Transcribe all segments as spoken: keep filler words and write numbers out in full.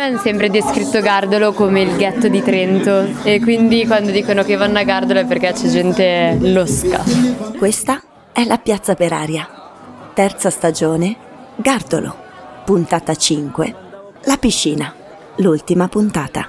hanno sempre descritto Gardolo come il ghetto di Trento e quindi quando dicono che vanno a Gardolo è perché c'è gente losca. Questa è la Piazza per aria. Terza stagione, Gardolo. Puntata cinque, la piscina. L'ultima puntata.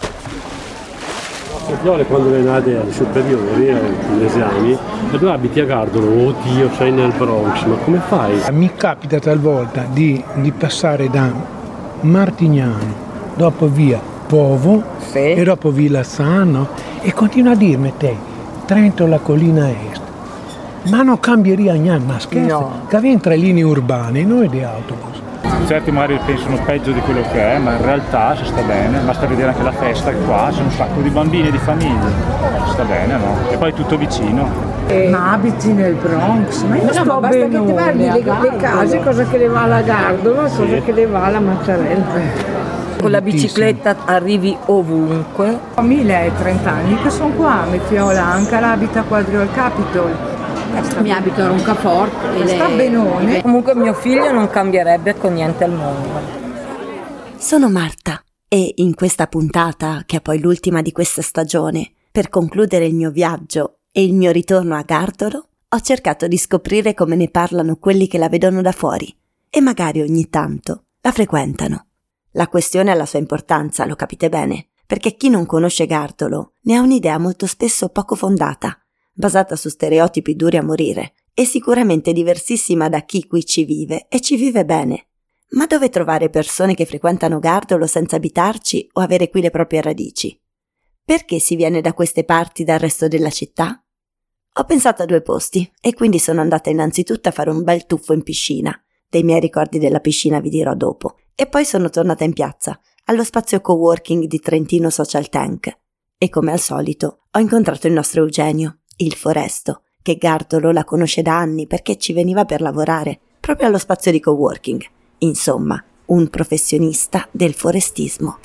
Le fiole quando le nate alle superiori, agli esami, e tu abiti a Gardolo, oddio, sei nel Bronx, ma come fai? Mi capita talvolta di, di passare da Martignano, dopo via Povo sì. e dopo Villa Sano e continua a dirmi te, Trento la collina est. Ma non cambieria niente, ma scherzo, no. Che avviene tra linee urbane, noi di autobus. Certi magari pensano peggio di quello che è, ma in realtà si sta bene, basta vedere anche la festa qua, c'è un sacco di bambini e di famiglie, si sta bene, no? E poi è tutto vicino. Eh, ma abiti nel Bronx, ma io no, sto ma basta benone, che ti guardi le, le case, cosa che le va alla Gardolo, sì. cosa che le va alla Mattarella. Con la bicicletta arrivi ovunque. Ho milletrenta anni che sono qua, mia fiola Ankara abita quadro al Capitol. Mi abito a Roncaforte e sta benone. Comunque mio figlio non cambierebbe con niente al mondo. Sono Marta e in questa puntata, che è poi l'ultima di questa stagione, per concludere il mio viaggio e il mio ritorno a Gardolo, ho cercato di scoprire come ne parlano quelli che la vedono da fuori e magari ogni tanto la frequentano. La questione ha la sua importanza, lo capite bene, perché chi non conosce Gardolo ne ha un'idea molto spesso poco fondata, basata su stereotipi duri a morire e sicuramente diversissima da chi qui ci vive e ci vive bene. Ma dove trovare persone che frequentano Gardolo senza abitarci o avere qui le proprie radici? Perché si viene da queste parti dal resto della città? Ho pensato a due posti e quindi sono andata innanzitutto a fare un bel tuffo in piscina. Dei miei ricordi della piscina vi dirò dopo. E poi sono tornata in piazza, allo spazio coworking di Trentino Social Tank. E come al solito ho incontrato il nostro Eugenio, il foresto, che Gardolo la conosce da anni perché ci veniva per lavorare, proprio allo spazio di coworking. Insomma, un professionista del forestismo.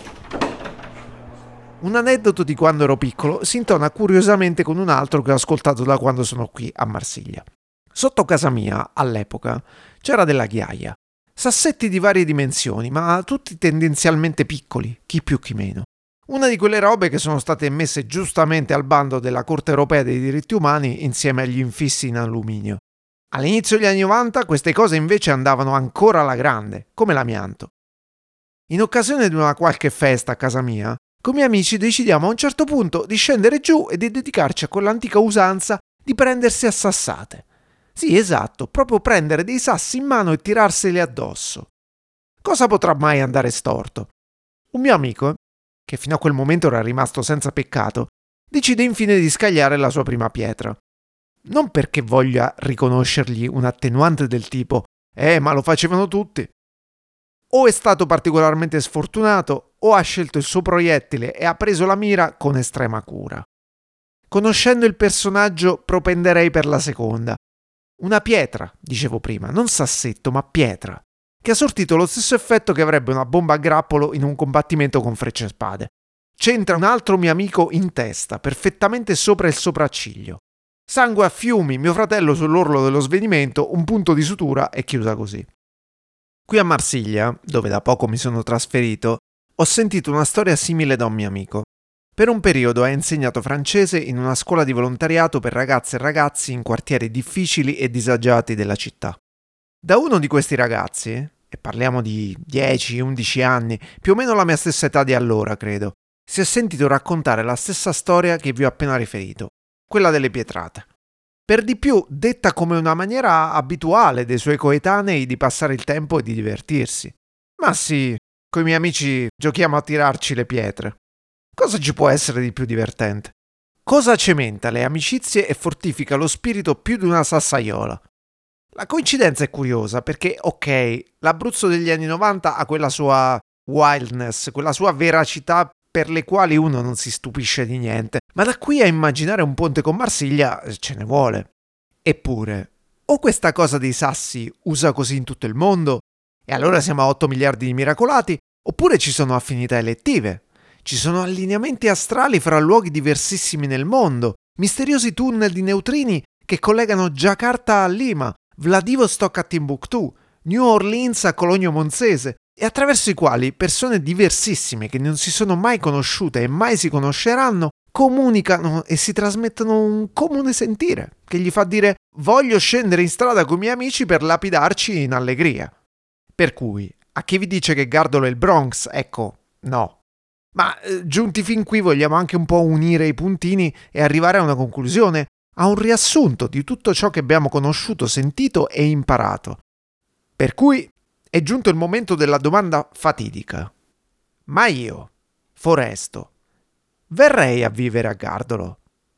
Un aneddoto di quando ero piccolo si intona curiosamente con un altro che ho ascoltato da quando sono qui a Marsiglia. Sotto casa mia, all'epoca, c'era della ghiaia. Sassetti di varie dimensioni, ma tutti tendenzialmente piccoli, chi più chi meno. Una di quelle robe che sono state messe giustamente al bando della Corte Europea dei Diritti Umani insieme agli infissi in alluminio. All'inizio degli anni novanta queste cose invece andavano ancora alla grande, come l'amianto. In occasione di una qualche festa a casa mia, con i miei amici decidiamo a un certo punto di scendere giù e di dedicarci a quell'antica usanza di prendersi a sassate. Sì, esatto, proprio prendere dei sassi in mano e tirarseli addosso. Cosa potrà mai andare storto? Un mio amico, che fino a quel momento era rimasto senza peccato, decide infine di scagliare la sua prima pietra. Non perché voglia riconoscergli un attenuante del tipo «Eh, ma lo facevano tutti». O è stato particolarmente sfortunato, o ha scelto il suo proiettile e ha preso la mira con estrema cura. Conoscendo il personaggio, propenderei per la seconda. Una pietra, dicevo prima, non sassetto, ma pietra, che ha sortito lo stesso effetto che avrebbe una bomba a grappolo in un combattimento con frecce e spade. C'entra un altro mio amico in testa, perfettamente sopra il sopracciglio. Sangue a fiumi, mio fratello sull'orlo dello svenimento, un punto di sutura e chiusa così. Qui a Marsiglia, dove da poco mi sono trasferito, ho sentito una storia simile da un mio amico. Per un periodo ha insegnato francese in una scuola di volontariato per ragazze e ragazzi in quartieri difficili e disagiati della città. Da uno di questi ragazzi, e parliamo di dieci undici anni, più o meno la mia stessa età di allora, credo, si è sentito raccontare la stessa storia che vi ho appena riferito, quella delle pietrate. Per di più, detta come una maniera abituale dei suoi coetanei di passare il tempo e di divertirsi. Ma sì, coi miei amici giochiamo a tirarci le pietre. Cosa ci può essere di più divertente? Cosa cementa le amicizie e fortifica lo spirito più di una sassaiola? La coincidenza è curiosa perché, ok, l'Abruzzo degli anni novanta ha quella sua wildness, quella sua veracità per le quali uno non si stupisce di niente, ma da qui a immaginare un ponte con Marsiglia ce ne vuole. Eppure, o questa cosa dei sassi usa così in tutto il mondo, e allora siamo a otto miliardi di miracolati, oppure ci sono affinità elettive. Ci sono allineamenti astrali fra luoghi diversissimi nel mondo, misteriosi tunnel di neutrini che collegano Giacarta a Lima, Vladivostok a Timbuktu, New Orleans a Cologno Monzese, e attraverso i quali persone diversissime che non si sono mai conosciute e mai si conosceranno comunicano e si trasmettono un comune sentire che gli fa dire voglio scendere in strada con i miei amici per lapidarci in allegria. Per cui, a chi vi dice che Gardolo è il Bronx, ecco, no. Ma eh, giunti fin qui vogliamo anche un po' unire i puntini e arrivare a una conclusione, a un riassunto di tutto ciò che abbiamo conosciuto, sentito e imparato. Per cui è giunto il momento della domanda fatidica. Ma io, Foresto, verrei a vivere a Gardolo?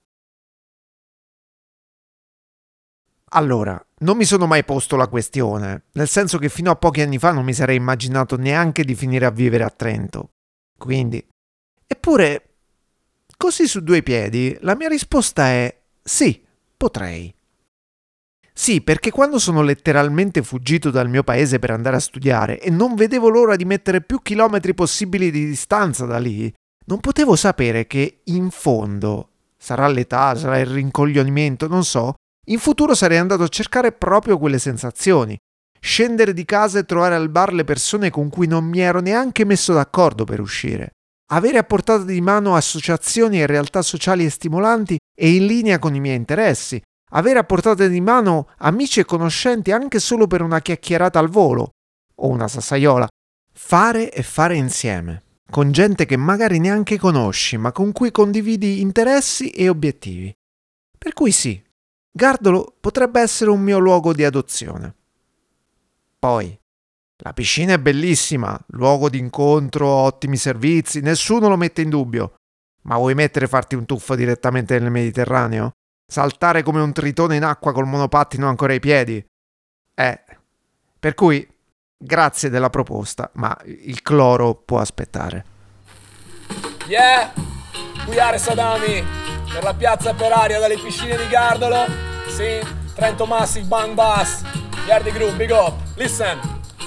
Allora, non mi sono mai posto la questione, nel senso che fino a pochi anni fa non mi sarei immaginato neanche di finire a vivere a Trento. Quindi, eppure, così su due piedi, la mia risposta è sì, potrei. Sì, perché quando sono letteralmente fuggito dal mio paese per andare a studiare e non vedevo l'ora di mettere più chilometri possibili di distanza da lì, non potevo sapere che, in fondo, sarà l'età, sarà il rincoglionimento, non so, in futuro sarei andato a cercare proprio quelle sensazioni. Scendere di casa e trovare al bar le persone con cui non mi ero neanche messo d'accordo per uscire. Avere a portata di mano associazioni e realtà sociali e stimolanti e in linea con i miei interessi. Avere a portata di mano amici e conoscenti anche solo per una chiacchierata al volo o una sassaiola. Fare e fare insieme, con gente che magari neanche conosci, ma con cui condividi interessi e obiettivi. Per cui sì, Gardolo potrebbe essere un mio luogo di adozione. Poi, la piscina è bellissima, luogo di incontro, ottimi servizi, nessuno lo mette in dubbio. Ma vuoi mettere e farti un tuffo direttamente nel Mediterraneo? Saltare come un tritone in acqua col monopattino ancora ai piedi? Eh, per cui, grazie della proposta, ma il cloro può aspettare. Yeah! Qui are Sadami, per la piazza per aria dalle piscine di Gardolo. Sì, Trento Massive Bang Bass. Yardi Group, big up, listen.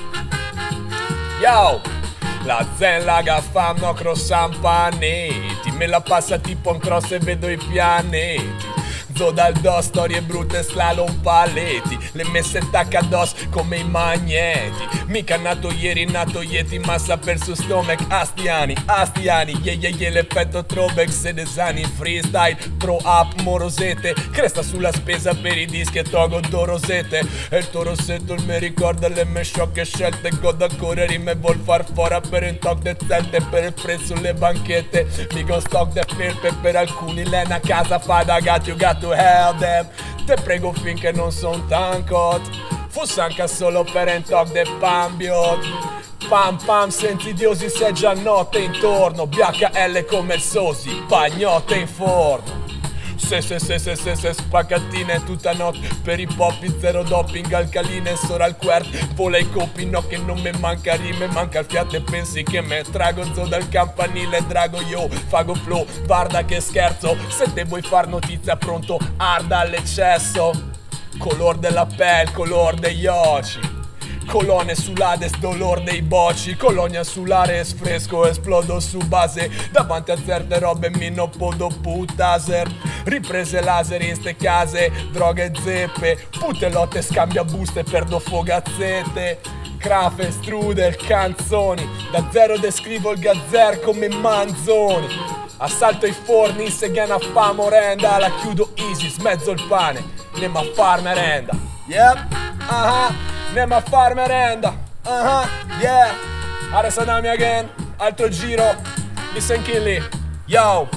Yo! La zen la fanno crossan paneti. Me la passa tipo un cross e vedo i pianeti. Zo dal dos, storie brutte, slalom paletti. Le messe in tacca addosso come i magneti. Mica nato ieri, nato Yeti, massa per su stomach. Astiani, astiani, yeah yeah yeah, l'effetto throwback, sedesani, freestyle, throw up, morosete. Cresta sulla spesa per i dischi e togo dorosete. E il tuo rossetto il mi ricorda le mie sciocche scelte. Godo a correre, me vol far fora per un talk decente. Per il fred sulle banchette. Mi con stock de felpe per alcuni. Lena a casa fa da gatto, gatto hell them. Te prego finché non son tancot. Fosse anche solo per un talk de pambiot. Pam pam senza idiosi se già notte intorno. B H L come il sosi, pagnotte in forno. Se se se se se se spaccatine tutta notte. Per i poppi zero doping, alcaline sora al quert. Vola i copi no che non me manca rime. Manca il fiato e pensi che me trago zo dal campanile drago io. Fago flow, guarda che scherzo. Se te vuoi far notizia pronto arda all'eccesso. Color della pelle, color degli occhi. Colonne sull'Ades, dolor dei bocci. Colonia sull'Ares, fresco, esplodo su base. Davanti a certe robe mi non podo putaser. Riprese laser in ste case, droghe zeppe. Pute lotte, scambia buste, perdo fogazzette. Crafe, strudel, canzoni. Da zero descrivo il gazzer come Manzoni. Assalto i forni, se gana fa morenda. La chiudo easy, smezzo il pane. Andiamo a far merenda. Yep, aha, andiamo a far merenda. Aha, yeah. Are Sadami again, altro giro. Listen Killy, yo.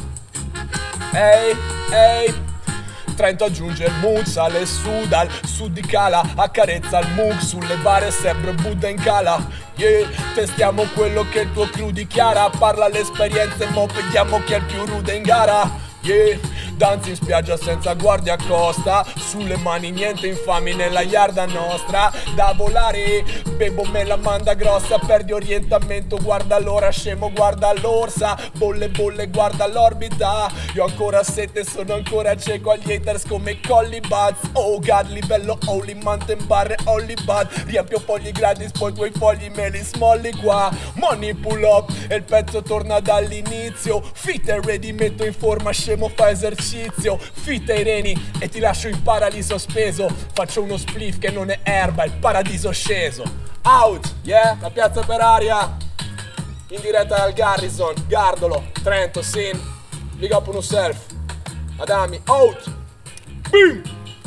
Ehi, ehi. Trento aggiunge il mood, sale su dal sud di cala. Accarezza il mood sulle bare, sembra Buddha in cala. Yeah, testiamo quello che il tuo crew dichiara. Parla l'esperienza e mo vediamo chi è il più rude in gara. Yeah, danzi in spiaggia senza guardia a costa. Sulle mani niente infami nella yarda nostra. Da volare, bebo me la manda grossa. Perdi orientamento, guarda l'ora, scemo guarda l'orsa. Bolle bolle guarda l'orbita. Io ancora sette, sono ancora cieco agli haters come Collie Buds. Oh god, livello holy, mountain barre holy bud. Riempio fogli gratis, poi quei fogli me li smolli qua. Money pull up, e il pezzo torna dall'inizio. Fit e ready, metto in forma, scemo fa esercizio. esercizio, fitta i reni e ti lascio in paradiso sospeso. Faccio uno spliff che non è erba, il paradiso sceso. Out, yeah, la piazza per aria. In diretta dal Garrison, Gardolo, Trento, Sin. Big up on yourself. Adami, out. Boom.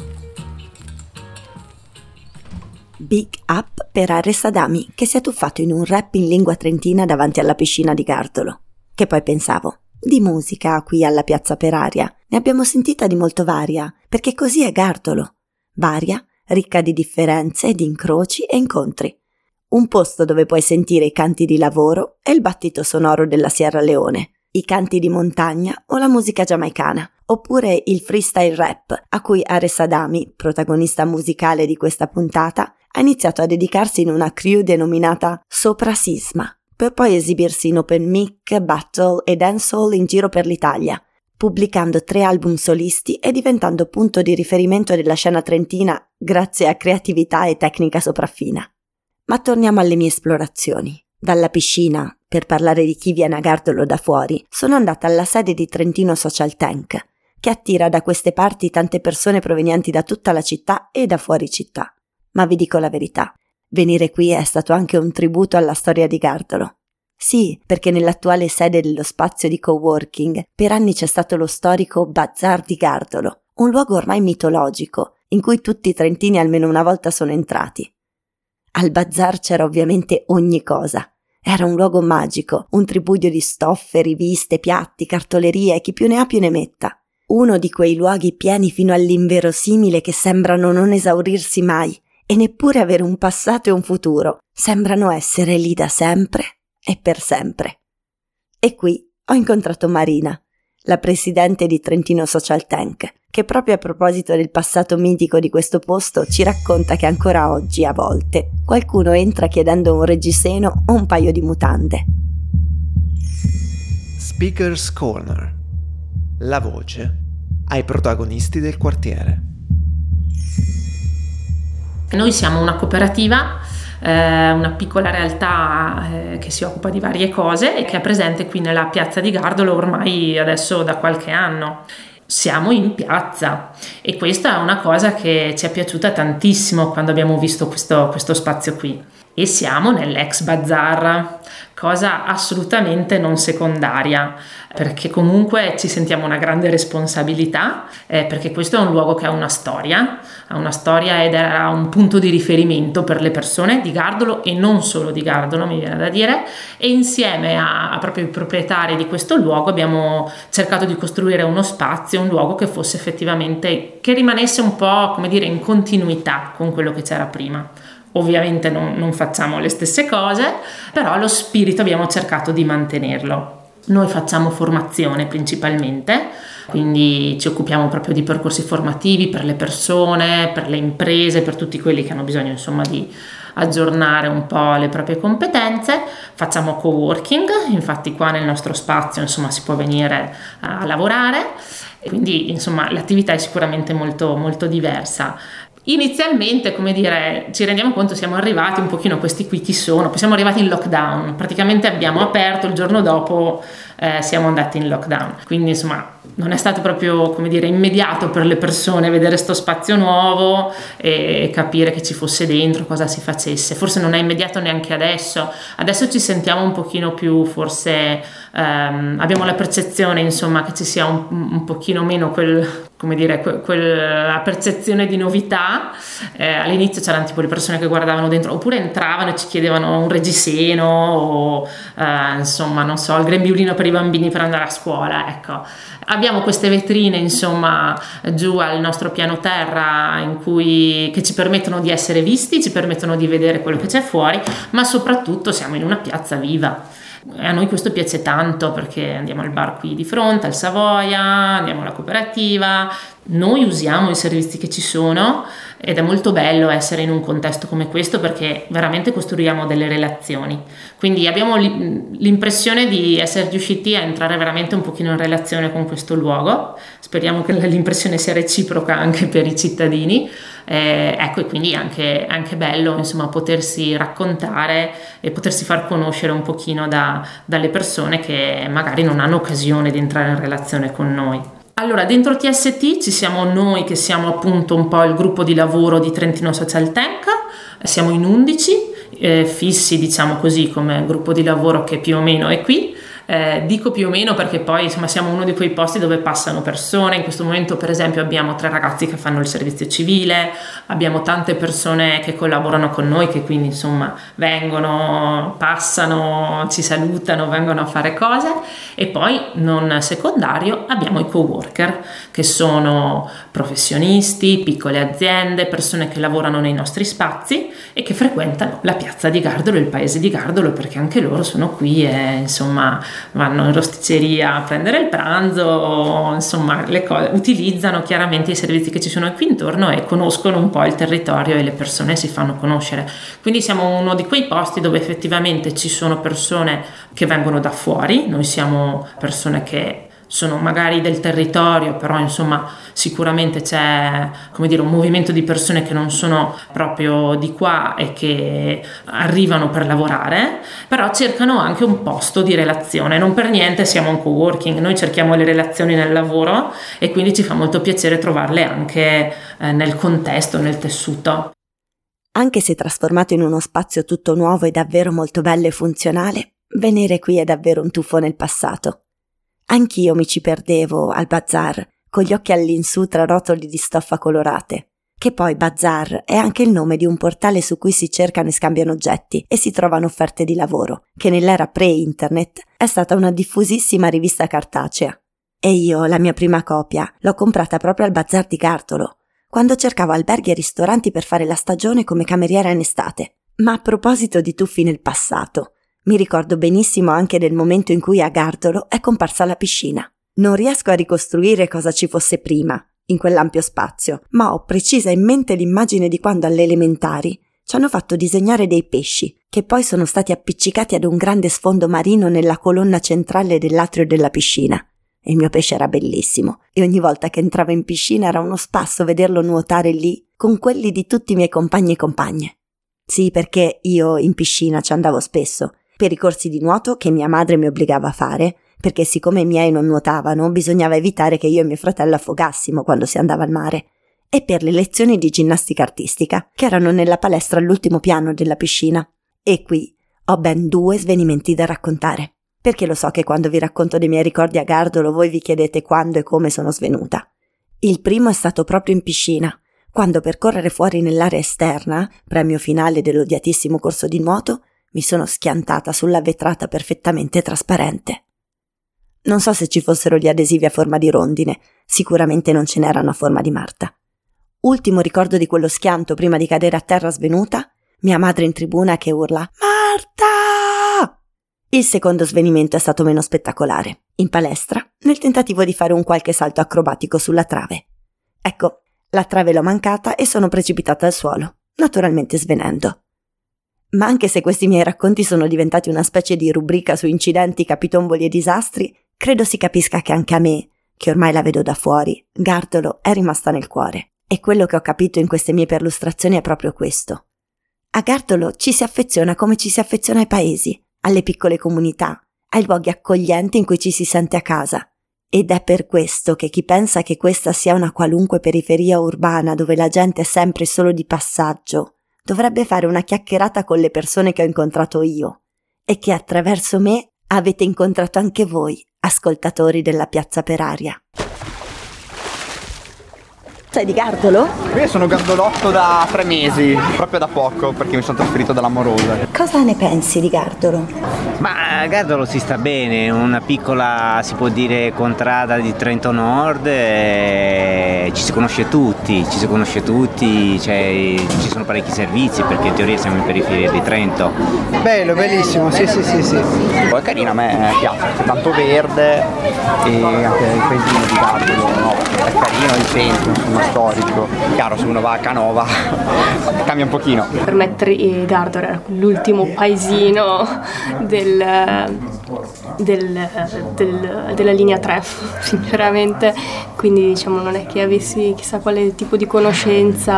Big up per Ares Adami, che si è tuffato in un rap in lingua trentina davanti alla piscina di Gardolo. Che poi pensavo, di musica qui alla piazza per aria ne abbiamo sentita di molto varia, perché così è Gardolo. Varia, ricca di differenze, di incroci e incontri. Un posto dove puoi sentire i canti di lavoro e il battito sonoro della Sierra Leone, i canti di montagna o la musica giamaicana, oppure il freestyle rap, a cui Ares Adami, protagonista musicale di questa puntata, ha iniziato a dedicarsi in una crew denominata Sopra Sisma, per poi esibirsi in open mic, battle e dancehall in giro per l'Italia, pubblicando tre album solisti e diventando punto di riferimento della scena trentina grazie a creatività e tecnica sopraffina. Ma torniamo alle mie esplorazioni. Dalla piscina, per parlare di chi viene a Gardolo da fuori, sono andata alla sede di Trentino Social Tank, che attira da queste parti tante persone provenienti da tutta la città e da fuori città. Ma vi dico la verità, venire qui è stato anche un tributo alla storia di Gardolo. Sì, perché nell'attuale sede dello spazio di coworking per anni c'è stato lo storico Bazar di Gardolo, un luogo ormai mitologico, in cui tutti i trentini almeno una volta sono entrati. Al bazar c'era ovviamente ogni cosa. Era un luogo magico, un tripudio di stoffe, riviste, piatti, cartolerie, chi più ne ha più ne metta. Uno di quei luoghi pieni fino all'inverosimile che sembrano non esaurirsi mai e neppure avere un passato e un futuro. Sembrano essere lì da sempre e per sempre. E qui ho incontrato Marina, la presidente di Trentino Social Tank, che proprio a proposito del passato mitico di questo posto ci racconta che ancora oggi, a volte, qualcuno entra chiedendo un reggiseno o un paio di mutande. Speaker's Corner. La voce ai protagonisti del quartiere. Noi siamo una cooperativa, eh, una piccola realtà eh, che si occupa di varie cose e che è presente qui nella piazza di Gardolo ormai adesso da qualche anno. Siamo in piazza e questa è una cosa che ci è piaciuta tantissimo quando abbiamo visto questo, questo spazio qui. E siamo nell'ex bazar, cosa assolutamente non secondaria, perché comunque ci sentiamo una grande responsabilità, eh, perché questo è un luogo che ha una storia, ha una storia ed era un punto di riferimento per le persone di Gardolo e non solo di Gardolo, mi viene da dire, e insieme a, a proprio i proprietari di questo luogo abbiamo cercato di costruire uno spazio, un luogo che fosse effettivamente, che rimanesse un po', come dire, in continuità con quello che c'era prima. Ovviamente non, non facciamo le stesse cose, però lo spirito abbiamo cercato di mantenerlo. Noi facciamo formazione principalmente, quindi ci occupiamo proprio di percorsi formativi per le persone, per le imprese, per tutti quelli che hanno bisogno insomma di aggiornare un po' le proprie competenze. Facciamo coworking, infatti qua nel nostro spazio insomma si può venire a lavorare, quindi insomma l'attività è sicuramente molto, molto diversa. Inizialmente, come dire, ci rendiamo conto, siamo arrivati un pochino, questi qui chi sono, siamo arrivati in lockdown, praticamente abbiamo aperto, il giorno dopo eh, siamo andati in lockdown, quindi insomma non è stato proprio, come dire, immediato per le persone vedere sto spazio nuovo e capire che ci fosse dentro, cosa si facesse. Forse non è immediato neanche adesso, adesso ci sentiamo un pochino più, forse ehm, abbiamo la percezione insomma che ci sia un, un pochino meno quel, come dire, que, quella percezione di novità. Eh, all'inizio c'erano tipo le persone che guardavano dentro oppure entravano e ci chiedevano un reggiseno o eh, insomma non so, il grembiulino per i bambini per andare a scuola, ecco. Abbiamo queste vetrine insomma giù al nostro piano terra in cui, che ci permettono di essere visti, ci permettono di vedere quello che c'è fuori, ma soprattutto siamo in una piazza viva. A noi questo piace tanto perché andiamo al bar qui di fronte, al Savoia, andiamo alla cooperativa, noi usiamo i servizi che ci sono ed è molto bello essere in un contesto come questo perché veramente costruiamo delle relazioni. Quindi abbiamo l'impressione di essere riusciti a entrare veramente un pochino in relazione con questo luogo. Speriamo che l'impressione sia reciproca anche per i cittadini. Eh, ecco, e quindi è anche, anche bello insomma potersi raccontare e potersi far conoscere un pochino da, dalle persone che magari non hanno occasione di entrare in relazione con noi. Allora, dentro T S T ci siamo noi che siamo appunto un po' il gruppo di lavoro di Trentino Social Tech, siamo in undici, eh, fissi diciamo così come gruppo di lavoro che più o meno è qui. Eh, dico più o meno perché poi insomma siamo uno di quei posti dove passano persone. In questo momento per esempio abbiamo tre ragazzi che fanno il servizio civile, abbiamo tante persone che collaborano con noi, che quindi insomma vengono, passano, ci salutano, vengono a fare cose. E poi non secondario abbiamo i coworker, che sono professionisti, piccole aziende, persone che lavorano nei nostri spazi e che frequentano la piazza di Gardolo, il paese di Gardolo, perché anche loro sono qui e insomma vanno in rosticceria a prendere il pranzo, insomma le cose, utilizzano chiaramente i servizi che ci sono qui intorno e conoscono un po' il territorio e le persone si fanno conoscere. Quindi siamo uno di quei posti dove effettivamente ci sono persone che vengono da fuori, noi siamo persone che sono magari del territorio, però insomma sicuramente c'è, come dire, un movimento di persone che non sono proprio di qua e che arrivano per lavorare, però cercano anche un posto di relazione. Non per niente siamo un coworking, noi cerchiamo le relazioni nel lavoro e quindi ci fa molto piacere trovarle anche eh, nel contesto, nel tessuto. Anche se trasformato in uno spazio tutto nuovo e davvero molto bello e funzionale, venire qui è davvero un tuffo nel passato. Anch'io mi ci perdevo al bazar, con gli occhi all'insù tra rotoli di stoffa colorate, che poi bazar è anche il nome di un portale su cui si cercano e scambiano oggetti e si trovano offerte di lavoro, che nell'era pre-internet è stata una diffusissima rivista cartacea. E io, la mia prima copia, l'ho comprata proprio al bazar di Gardolo, quando cercavo alberghi e ristoranti per fare la stagione come cameriera in estate. Ma a proposito di tuffi nel passato, mi ricordo benissimo anche del momento in cui a Gardolo è comparsa la piscina. Non riesco a ricostruire cosa ci fosse prima, in quell'ampio spazio, ma ho precisa in mente l'immagine di quando alle elementari ci hanno fatto disegnare dei pesci, che poi sono stati appiccicati ad un grande sfondo marino nella colonna centrale dell'atrio della piscina. E il mio pesce era bellissimo, e ogni volta che entravo in piscina era uno spasso vederlo nuotare lì con quelli di tutti i miei compagni e compagne. Sì, perché io in piscina ci andavo spesso, per i corsi di nuoto che mia madre mi obbligava a fare, perché siccome i miei non nuotavano bisognava evitare che io e mio fratello affogassimo quando si andava al mare, e per le lezioni di ginnastica artistica che erano nella palestra all'ultimo piano della piscina. E qui ho ben due svenimenti da raccontare, perché lo so che quando vi racconto dei miei ricordi a Gardolo voi vi chiedete quando e come sono svenuta. Il primo è stato proprio in piscina, quando per correre fuori nell'area esterna, premio finale dell'odiatissimo corso di nuoto, mi sono schiantata sulla vetrata perfettamente trasparente. Non so se ci fossero gli adesivi a forma di rondine, sicuramente non ce n'erano a forma di Marta. Ultimo ricordo di quello schianto prima di cadere a terra svenuta, mia madre in tribuna che urla «Marta!». Il secondo svenimento è stato meno spettacolare, in palestra, nel tentativo di fare un qualche salto acrobatico sulla trave. Ecco, la trave l'ho mancata e sono precipitata al suolo, naturalmente svenendo. Ma anche se questi miei racconti sono diventati una specie di rubrica su incidenti, capitomboli e disastri, credo si capisca che anche a me, che ormai la vedo da fuori, Gardolo è rimasta nel cuore. E quello che ho capito in queste mie perlustrazioni è proprio questo. A Gardolo ci si affeziona come ci si affeziona ai paesi, alle piccole comunità, ai luoghi accoglienti in cui ci si sente a casa. Ed è per questo che chi pensa che questa sia una qualunque periferia urbana dove la gente è sempre solo di passaggio, dovrebbe fare una chiacchierata con le persone che ho incontrato io e che attraverso me avete incontrato anche voi, ascoltatori della Piazza per Aria. Sei di Gardolo? Io sono gardolotto da tre mesi, proprio da poco, perché mi sono trasferito dall'Amorosa. Cosa ne pensi di Gardolo? Ma a Gardolo si sta bene, una piccola, si può dire, contrada di Trento Nord, e ci si conosce tutti, ci si conosce tutti, cioè, ci sono parecchi servizi perché in teoria siamo in periferia di Trento. Bello, bellissimo, sì sì sì sì. Poi è carino, a me piace, c'è tanto verde e anche il paesino di Gardolo, no? È carino il centro, insomma, storico. Chiaro, se uno va a Canova cambia un pochino. Per me Gardolo era l'ultimo paesino del, del, del, della linea tre, sinceramente, quindi diciamo non è che avessi chissà quale tipo di conoscenza.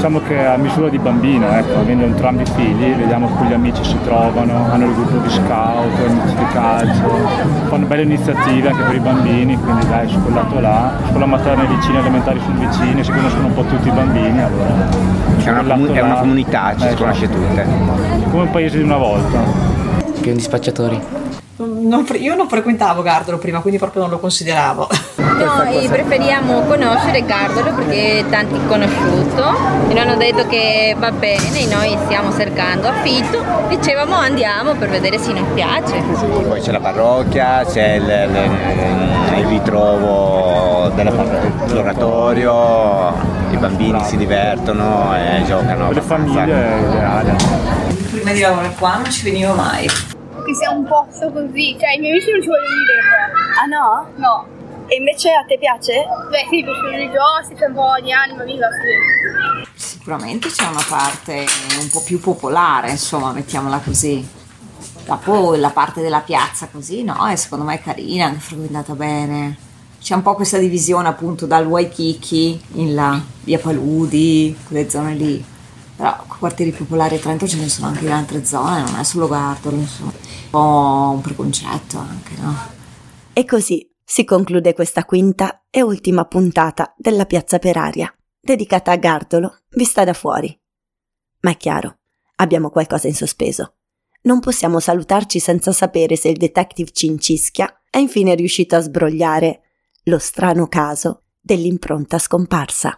diciamo che a misura di bambino, ecco, avendo entrambi figli, vediamo che gli amici si trovano, hanno il gruppo di scout, amici di calcio, fanno belle iniziative anche per i bambini, quindi dai, su quel lato là, scuola materna è vicina, elementari sono vicine, si conoscono un po' tutti i bambini, allora. È una, comu- è una comunità, ci eh, si conosce tutte. Come un paese di una volta. Pieno di spacciatori. Non, io non frequentavo Gardolo prima, quindi proprio non lo consideravo. Noi preferiamo conoscere Gardolo perché è tanto conosciuto e hanno detto che va bene, noi stiamo cercando affitto, dicevamo andiamo per vedere se ci piace. Sì, poi c'è la parrocchia, c'è il, il, il ritrovo dell'oratorio, i bambini si divertono e giocano. Per le famiglie è ideale. Prima di lavorare qua non ci venivo mai. Che sia un posto così, cioè i miei amici non ci vogliono vivere qua. Ah no? No. E invece a te piace? Beh sì, piacciono religiosi, c'è un po' di anima viva, sì. Sicuramente c'è una parte un po' più popolare, insomma, mettiamola così. Dopo la parte della piazza così, no, e secondo me è carina, anche frequentata bene. C'è un po' questa divisione appunto dal Waikiki in là, via Paludi, quelle zone lì. Però quartieri popolari a Trento ce ne sono anche in altre zone, non è solo Gardolo, insomma. Un po' un preconcetto anche, no? E così si conclude questa quinta e ultima puntata della Piazza per Aria, dedicata a Gardolo vista da fuori. Ma è chiaro, abbiamo qualcosa in sospeso. Non possiamo salutarci senza sapere se il detective Cincischia è infine riuscito a sbrogliare lo strano caso dell'impronta scomparsa.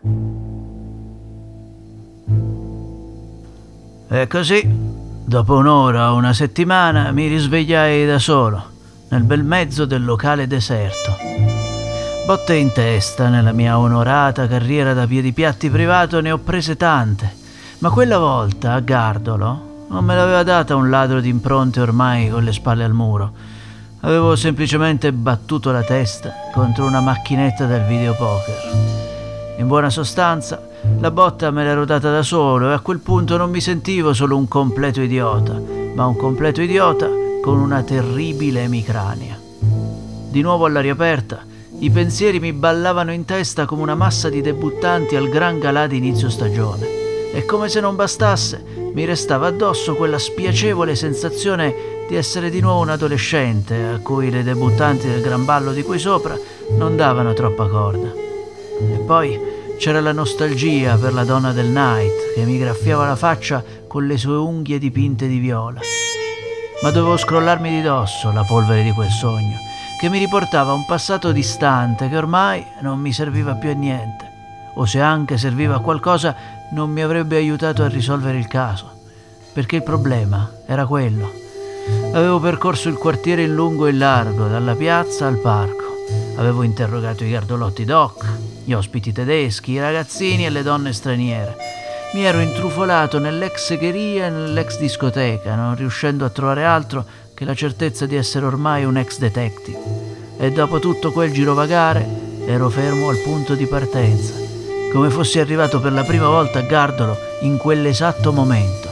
E così, dopo un'ora o una settimana, mi risvegliai da solo, nel bel mezzo del locale deserto. Botte in testa nella mia onorata carriera da piedipiatti privato ne ho prese tante, ma quella volta a Gardolo non me l'aveva data un ladro di impronte ormai con le spalle al muro. Avevo semplicemente battuto la testa contro una macchinetta del videopoker. In buona sostanza, la botta me l'ero data da solo e a quel punto non mi sentivo solo un completo idiota, ma un completo idiota con una terribile emicrania. Di nuovo all'aria aperta, i pensieri mi ballavano in testa come una massa di debuttanti al gran galà di inizio stagione. E come se non bastasse, mi restava addosso quella spiacevole sensazione di essere di nuovo un adolescente a cui le debuttanti del gran ballo di qui sopra non davano troppa corda. E poi c'era la nostalgia per la donna del night che mi graffiava la faccia con le sue unghie dipinte di viola. Ma dovevo scrollarmi di dosso la polvere di quel sogno, che mi riportava a un passato distante che ormai non mi serviva più a niente, o se anche serviva a qualcosa non mi avrebbe aiutato a risolvere il caso, perché il problema era quello. Avevo percorso il quartiere in lungo e in largo, dalla piazza al parco. Avevo interrogato i gardolotti doc, gli ospiti tedeschi, i ragazzini e le donne straniere. Mi ero intrufolato nell'ex segheria e nell'ex discoteca, non riuscendo a trovare altro che la certezza di essere ormai un ex detective. E dopo tutto quel girovagare ero fermo al punto di partenza, come fossi arrivato per la prima volta a Gardolo in quell'esatto momento.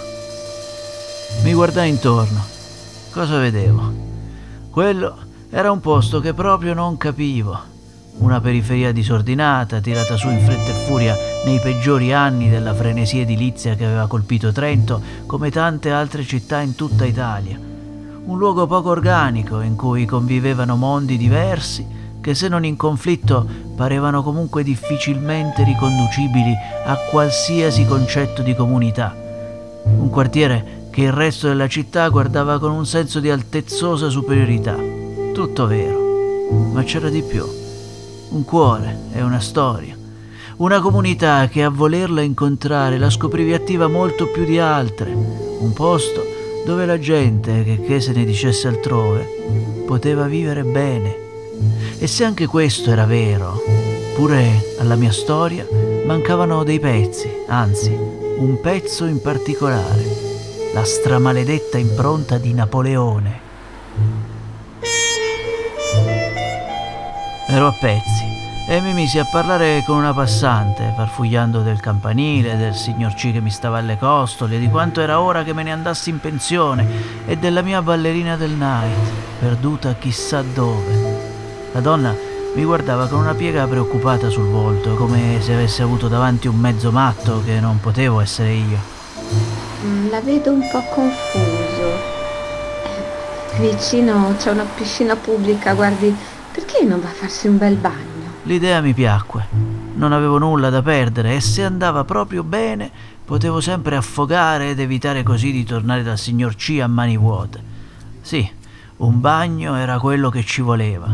Mi guardai intorno. Cosa vedevo? Quello era un posto che proprio non capivo. Una periferia disordinata, tirata su in fretta e furia nei peggiori anni della frenesia edilizia che aveva colpito Trento, come tante altre città in tutta Italia. Un luogo poco organico in cui convivevano mondi diversi che, se non in conflitto, parevano comunque difficilmente riconducibili a qualsiasi concetto di comunità. Un quartiere che il resto della città guardava con un senso di altezzosa superiorità. Tutto vero, ma c'era di più. Un cuore e una storia. Una comunità che a volerla incontrare la scoprivi attiva molto più di altre. Un posto dove la gente, che, che se ne dicesse altrove, poteva vivere bene. E se anche questo era vero, pure alla mia storia mancavano dei pezzi, anzi, un pezzo in particolare. La stramaledetta impronta di Napoleone. Ero a pezzi e mi misi a parlare con una passante, farfugliando del campanile, del signor C che mi stava alle costole, di quanto era ora che me ne andassi in pensione e della mia ballerina del night, perduta chissà dove. La donna Mi guardava con una piega preoccupata sul volto, come se avesse avuto davanti un mezzo matto che non potevo essere io. La vedo un po' confuso. Vicino c'è una piscina pubblica, guardi, perché non va a farsi un bel bagno? L'idea mi piacque. Non avevo nulla da perdere e se andava proprio bene potevo sempre affogare ed evitare così di tornare dal signor C a mani vuote. Sì, un bagno era quello che ci voleva.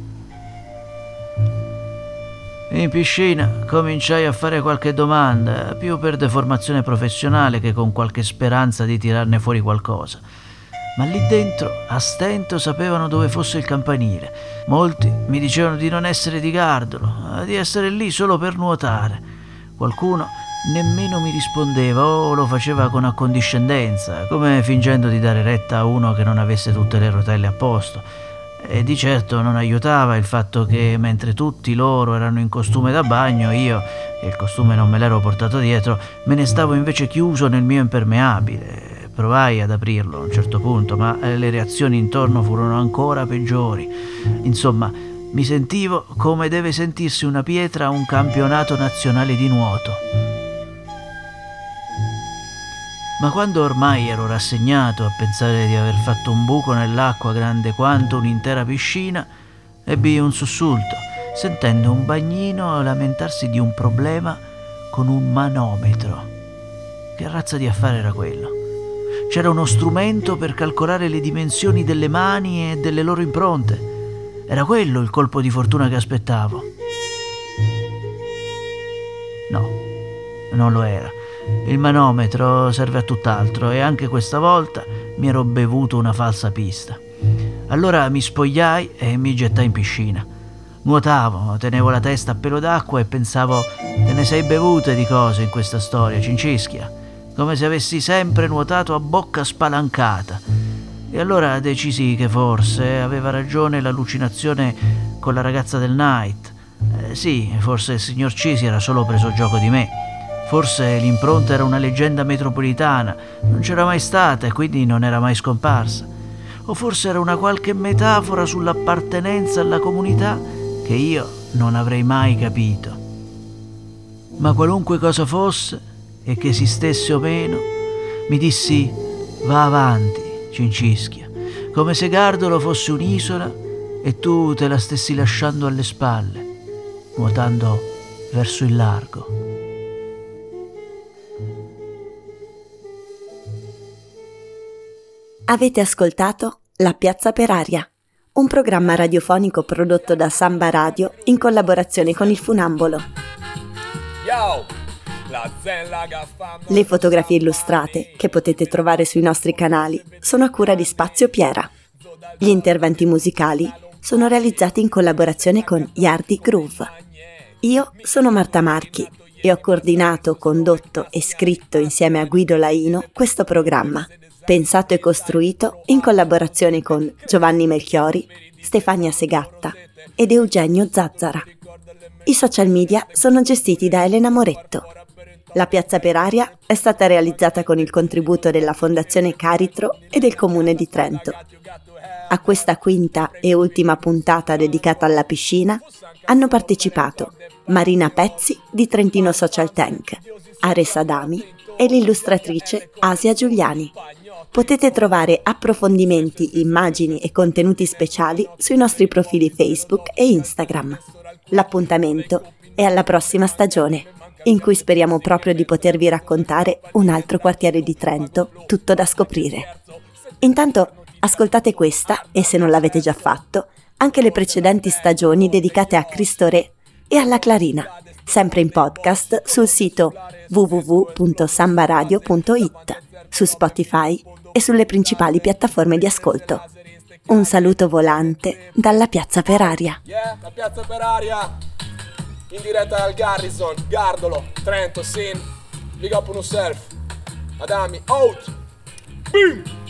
In piscina cominciai a fare qualche domanda, più per deformazione professionale che con qualche speranza di tirarne fuori qualcosa. Ma lì dentro a stento sapevano dove fosse il campanile. Molti mi dicevano di non essere di Gardolo, di essere lì solo per nuotare. Qualcuno nemmeno mi rispondeva o lo faceva con accondiscendenza, come fingendo di dare retta a uno che non avesse tutte le rotelle a posto. E di certo non aiutava il fatto che mentre tutti loro erano in costume da bagno, io, che il costume non me l'ero portato dietro, me ne stavo invece chiuso nel mio impermeabile. Provai ad aprirlo a un certo punto, ma le reazioni intorno furono ancora peggiori. Insomma, mi sentivo come deve sentirsi una pietra a un campionato nazionale di nuoto. Ma quando ormai ero rassegnato a pensare di aver fatto un buco nell'acqua grande quanto un'intera piscina, ebbi un sussulto, sentendo un bagnino lamentarsi di un problema con un manometro. Che razza di affare era quello? C'era uno strumento per calcolare le dimensioni delle mani e delle loro impronte. Era quello il colpo di fortuna che aspettavo. No, non lo era. Il manometro serve a tutt'altro e anche questa volta mi ero bevuto una falsa pista. Allora mi spogliai e mi gettai in piscina. Nuotavo, tenevo la testa a pelo d'acqua e pensavo: te ne sei bevute di cose in questa storia, Cincischia, come se avessi sempre nuotato a bocca spalancata. E allora decisi che forse aveva ragione l'allucinazione con la ragazza del night. Eh, sì, forse il signor C si era solo preso gioco di me. Forse l'impronta era una leggenda metropolitana, non c'era mai stata e quindi non era mai scomparsa. O forse era una qualche metafora sull'appartenenza alla comunità che io non avrei mai capito. Ma qualunque cosa fosse, e che esistesse o meno, mi dissi: va avanti, Cincischia, come se Gardolo fosse un'isola e tu te la stessi lasciando alle spalle, nuotando verso il largo. Avete ascoltato La Piazza per Aria, un programma radiofonico prodotto da Samba Radio in collaborazione con il Funambolo. Le fotografie illustrate, che potete trovare sui nostri canali, sono a cura di Spazio Piera. Gli interventi musicali sono realizzati in collaborazione con Yardi Groove. Io sono Marta Marchi e ho coordinato, condotto e scritto insieme a Guido Laino questo programma, pensato e costruito in collaborazione con Giovanni Melchiori, Stefania Segatta ed Eugenio Zazzara. I social media sono gestiti da Elena Moretto. La Piazza per Aria è stata realizzata con il contributo della Fondazione Caritro e del Comune di Trento. A questa quinta e ultima puntata dedicata alla piscina hanno partecipato Marina Pezzi di Trentino Social Tank, Ares Adami e l'illustratrice Asia Giuliani. Potete trovare approfondimenti, immagini e contenuti speciali sui nostri profili Facebook e Instagram. L'appuntamento è alla prossima stagione, in cui speriamo proprio di potervi raccontare un altro quartiere di Trento tutto da scoprire. Intanto ascoltate questa, e se non l'avete già fatto, anche le precedenti stagioni dedicate a Cristo Re e alla Clarina, sempre in podcast sul sito w w w punto sambaradio punto i t, su Spotify e sulle principali piattaforme di ascolto. Un saluto volante dalla Piazza per Aria. Yeah, la Piazza per Aria, in diretta dal Garrison, Gardolo, Trento, Sin, big up on yourself, Adami, out, boom!